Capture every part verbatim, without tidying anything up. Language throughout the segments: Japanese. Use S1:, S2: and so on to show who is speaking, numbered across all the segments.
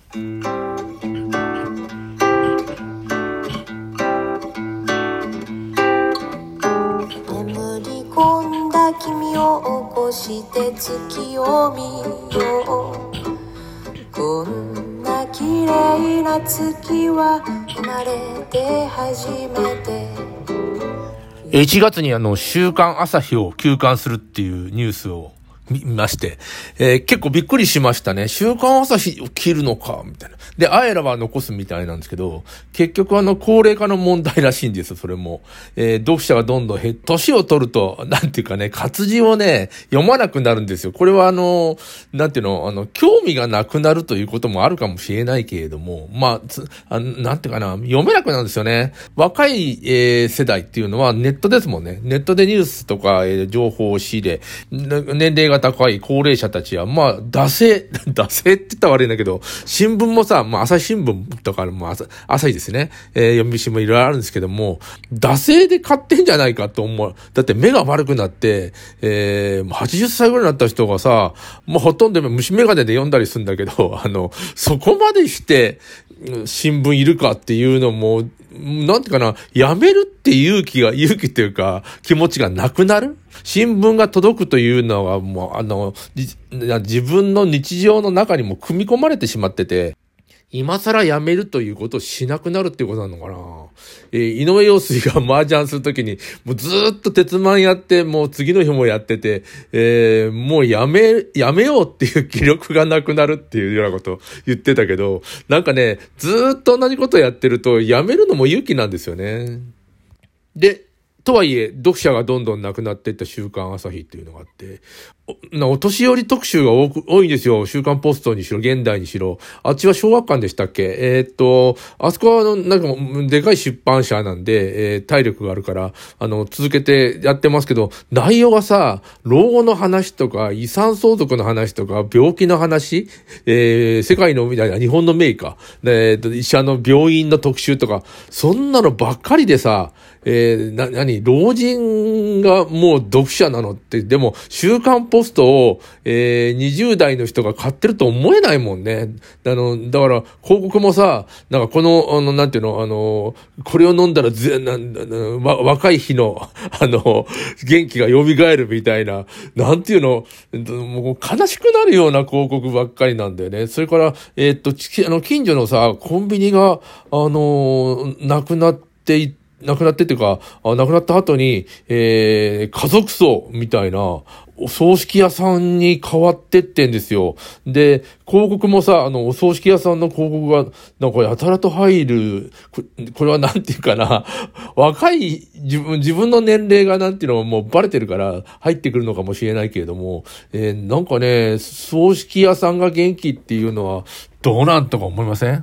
S1: 込んだ君を起こして月を見よう。こんな綺麗な月は生まれて初めて。
S2: いちがつにあの週刊朝日を休刊するっていうニュースを見まして、えー、結構びっくりしましたね。週刊朝日を切るのかみたいな。で、あえらは残すみたいなんですけど、結局あの高齢化の問題らしいんですよ、それも。えー、読者がどんどん減、年を取ると、なんていうかね、活字をね、読まなくなるんですよ。これはあの、なんていうの、あの、興味がなくなるということもあるかもしれないけれども、まあ、つあなんていうかな、読めなくなるんですよね。若い、えー、世代っていうのはネットですもんね。ネットでニュースとか、えー、情報を仕入れ、年齢が高い高齢者たちは、まあ、惰性、惰性って言ったら悪いんだけど、新聞もさ、まあ、朝日新聞とかも朝、朝日ですね、えー、読売新聞いろいろあるんですけども、惰性で買ってんじゃないかと思う。だって目が悪くなって、えー、はちじゅっさいぐらいになった人がさ、もうほとんど虫眼鏡で読んだりするんだけど、あの、そこまでして、新聞いるかっていうのも、なんていうかな、やめるって勇気が、勇気っていうか、気持ちがなくなる？新聞が届くというのはもう、あの、自分の日常の中にも組み込まれてしまってて、今更やめるということをしなくなるっていうことなのかな。えー、井上陽水が麻雀するときに、もうずーっと鉄腕やって、もう次の日もやってて、えー、もうやめ、やめようっていう気力がなくなるっていうようなことを言ってたけど、なんかね、ずーっと同じことやってると、やめるのも勇気なんですよね。で、とはいえ、読者がどんどんなくなっていった週刊朝日っていうのがあって、お、お年寄り特集が多く、多いんですよ。週刊ポストにしろ、現代にしろ。あっちは小学館でしたっけ？えー、っと、あそこはあの、なんか、でかい出版社なんで、えー、体力があるから、あの、続けてやってますけど、内容がさ、老後の話とか、遺産相続の話とか、病気の話、えー、世界の、みたいな、日本の名家、えー、医者の病院の特集とか、そんなのばっかりでさ、えー、な、なに、老人がもう読者なのって、でも、週刊ポストを、えー、にじゅう代の人が買ってると思えないもんね。あの、だから、広告もさ、なんかこの、あの、なんていうの、あの、これを飲んだらぜ、な、な、わ、若い日の、あの、元気が蘇るみたいな、なんていうの、もう悲しくなるような広告ばっかりなんだよね。それから、えー、っと、あの、近所のさ、コンビニが、あの、なくなっていって、亡くなってっていうか、あ亡くなった後に、えー、家族葬みたいな、お葬式屋さんに変わってってんですよ。で、広告もさ、あの、お葬式屋さんの広告が、なんかやたらと入る、こ, これはなんていうかな、若い自分、自分の年齢がなんていうのももうバレてるから入ってくるのかもしれないけれども、えー、なんかね、葬式屋さんが元気っていうのは、どうなんとか思いません？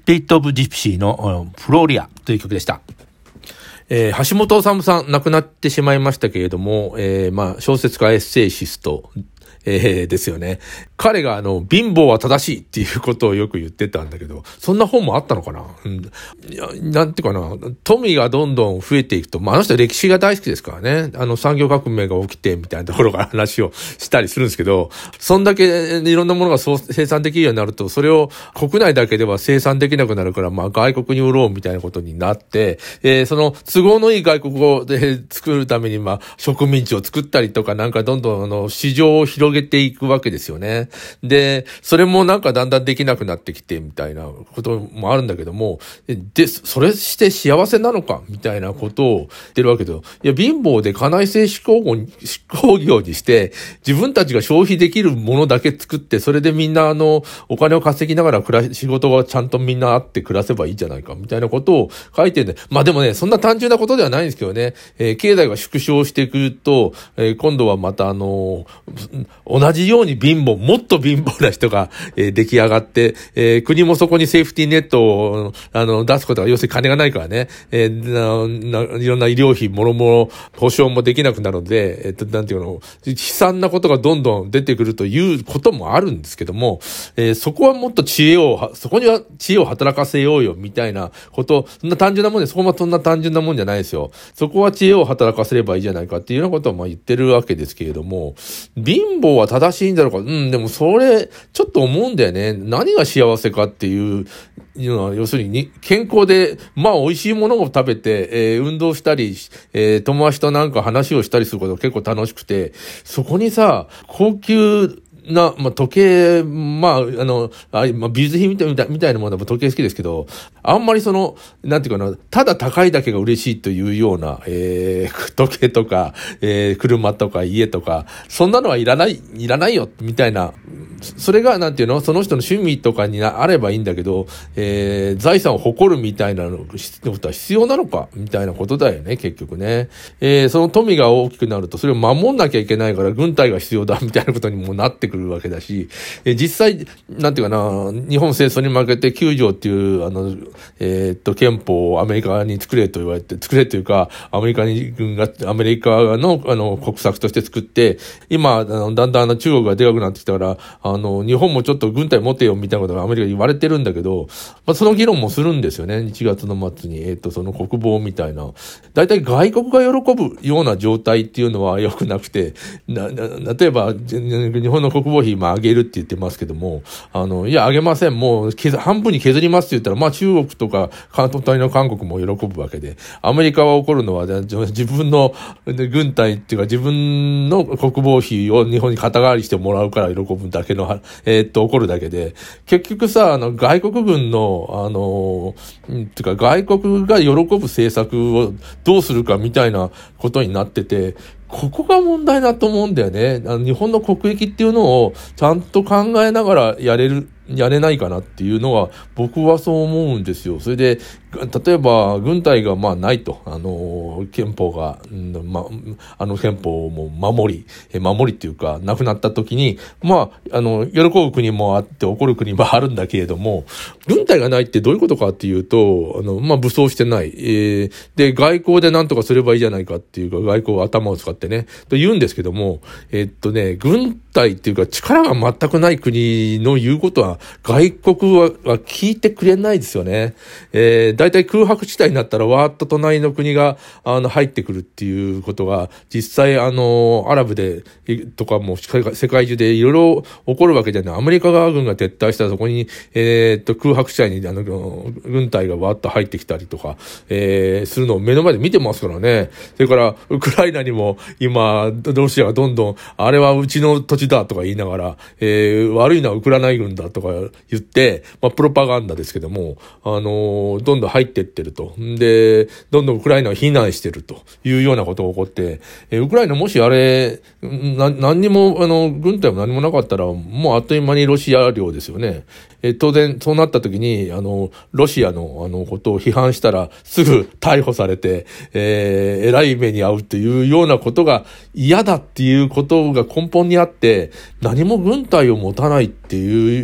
S2: ピリット・オブ・ジプシーのフローリアという曲でした。えー、橋本治さん亡くなってしまいましたけれども、えー、まあ小説家エッセイシスト、えー、ですよね。彼があの、貧乏は正しいっていうことをよく言ってたんだけど、そんな本もあったのかな、うん、いや、なんていうかな、富がどんどん増えていくと、まあ、あの人は歴史が大好きですからね。あの、産業革命が起きてみたいなところから話をしたりするんですけど、そんだけいろんなものがそう生産できるようになると、それを国内だけでは生産できなくなるから、まあ、外国に売ろうみたいなことになって、えー、その都合のいい外国語で作るために、まあ、植民地を作ったりとか、なんかどんどんあの、市場を広げていくわけですよね。で、それもなんかだんだんできなくなってきてみたいなこともあるんだけども、で、それして幸せなのかみたいなことを言ってるわけで、いや、貧乏で家内製手工業にして、自分たちが消費できるものだけ作って、それでみんなあの、お金を稼ぎながら暮らし、仕事がちゃんとみんなあって暮らせばいいじゃないかみたいなことを書いてるんで、まあでもね、そんな単純なことではないんですけどね、えー、経済が縮小してくると、えー、今度はまたあの、同じように貧乏、もっと貧乏な人が、えー、出来上がって、えー、国もそこにセーフティーネットを、あの、出すことが、要するに金がないからね、えー、な、ないろんな医療費、もろもろ、保証もできなくなるので、えっと、なんていうの、悲惨なことがどんどん出てくるということもあるんですけども、えー、そこはもっと知恵を、そこには知恵を働かせようよ、みたいなこと、そんな単純なもんで、そこもそんな単純なもんじゃないですよ。そこは知恵を働かせればいいじゃないかっていうようなことをまあ言ってるわけですけれども、貧乏は正しいんだろうか、うん、でもそれ、ちょっと思うんだよね。何が幸せかっていうのは、要するに健康で、まあ美味しいものを食べて、えー、運動したり、えー、友達となんか話をしたりすることが結構楽しくて、そこにさ、高級な、まあ、時計、まあ、あの、あまあ、美術品みたいな、みたいなものは時計好きですけど、あんまりその、なんていうかな、ただ高いだけが嬉しいというような、えー、時計とか、えー、車とか家とか、そんなのはいらない、いらないよ、みたいな、それが、なんていうの、その人の趣味とかにあればいいんだけど、えー、財産を誇るみたいなのことは必要なのか、みたいなことだよね、結局ね。えー、その富が大きくなると、それを守んなきゃいけないから、軍隊が必要だ、みたいなことにもなってくるわけだし、えー、実際、なんていうかな、日本戦争に負けてきゅう条っていう、あの、えー、っと、憲法をアメリカに作れと言われて、作れというか、アメリカに軍が、アメリカの、あの、国策として作って、今、あの、だんだんあの中国がでかくなってきたから、あの、日本もちょっと軍隊持てよみたいなことがアメリカに言われてるんだけど、まあ、その議論もするんですよね。いちがつの末に、えっと、その国防みたいな。だいたい外国が喜ぶような状態っていうのは良くなくて、な、な、例えば、日本の国防費今上げるって言ってますけども、あの、いや、上げません。もう、半分に削りますって言ったら、まあ、中国とか、隣の韓国も喜ぶわけで、アメリカは怒るのは、自分の軍隊っていうか、自分の国防費を日本に肩代わりしてもらうから喜ぶだけの、えー、っと、怒るだけで、結局さ、あの、外国軍の、あの、うん、てか、外国が喜ぶ政策をどうするかみたいなことになってて、ここが問題だと思うんだよね。あの日本の国益っていうのをちゃんと考えながらやれる、やれないかなっていうのは僕はそう思うんですよ。それで、例えば軍隊がまあないと、あの、憲法が、うん、まあ、あの憲法をもう守り、守りっていうか、なくなった時に、まあ、あの、喜ぶ国もあって怒る国もあるんだけれども、軍隊がないってどういうことかっていうと、あの、まあ、武装してない。えー、で、外交でなんとかすればいいじゃないかっていうか、外交頭を使ってね、と言うんですけども、えー、っとね、軍隊っていうか力が全くない国の言うことは、外国は、は聞いてくれないですよね。えー、だいたい空白地帯になったらわーっと隣の国が、あの、入ってくるっていうことが、実際あの、アラブで、とかも世界中でいろいろ起こるわけじゃない。アメリカ側軍が撤退したらそこに、えー、っと、空白地帯にあの、軍隊がわーっと入ってきたりとか、えー、するのを目の前で見てますからね。それから、ウクライナにも今、ロシアがどんどん、あれはうちの土地だとか言いながら、えー、悪いのはウクライナ軍だとか言って、まあ、プロパガンダですけども、あのー、どんどん入ってってると。で、どんどんウクライナを非難してるというようなことが起こって、えー、ウクライナもしあれ、な、何にも、あの、軍隊も何もなかったら、もうあっという間にロシア領ですよね。えー、当然、そうなった時に、あの、ロシアの、あの、ことを批判したら、すぐ逮捕されて、えー、偉い目に遭うっていうようなことが嫌だっていうことが根本にあって、何も軍隊を持たないっていう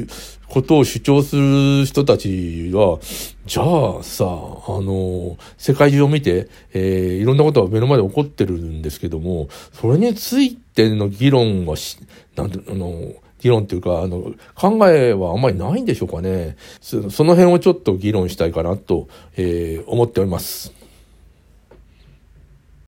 S2: ことを主張する人たちは、じゃあさ、あの、世界中を見て、えー、いろんなことが目の前で起こってるんですけども、それについての議論はし、なんて、あの、議論っていうか、あの、考えはあんまりないんでしょうかね。そ、その辺をちょっと議論したいかなと、えー、思っております。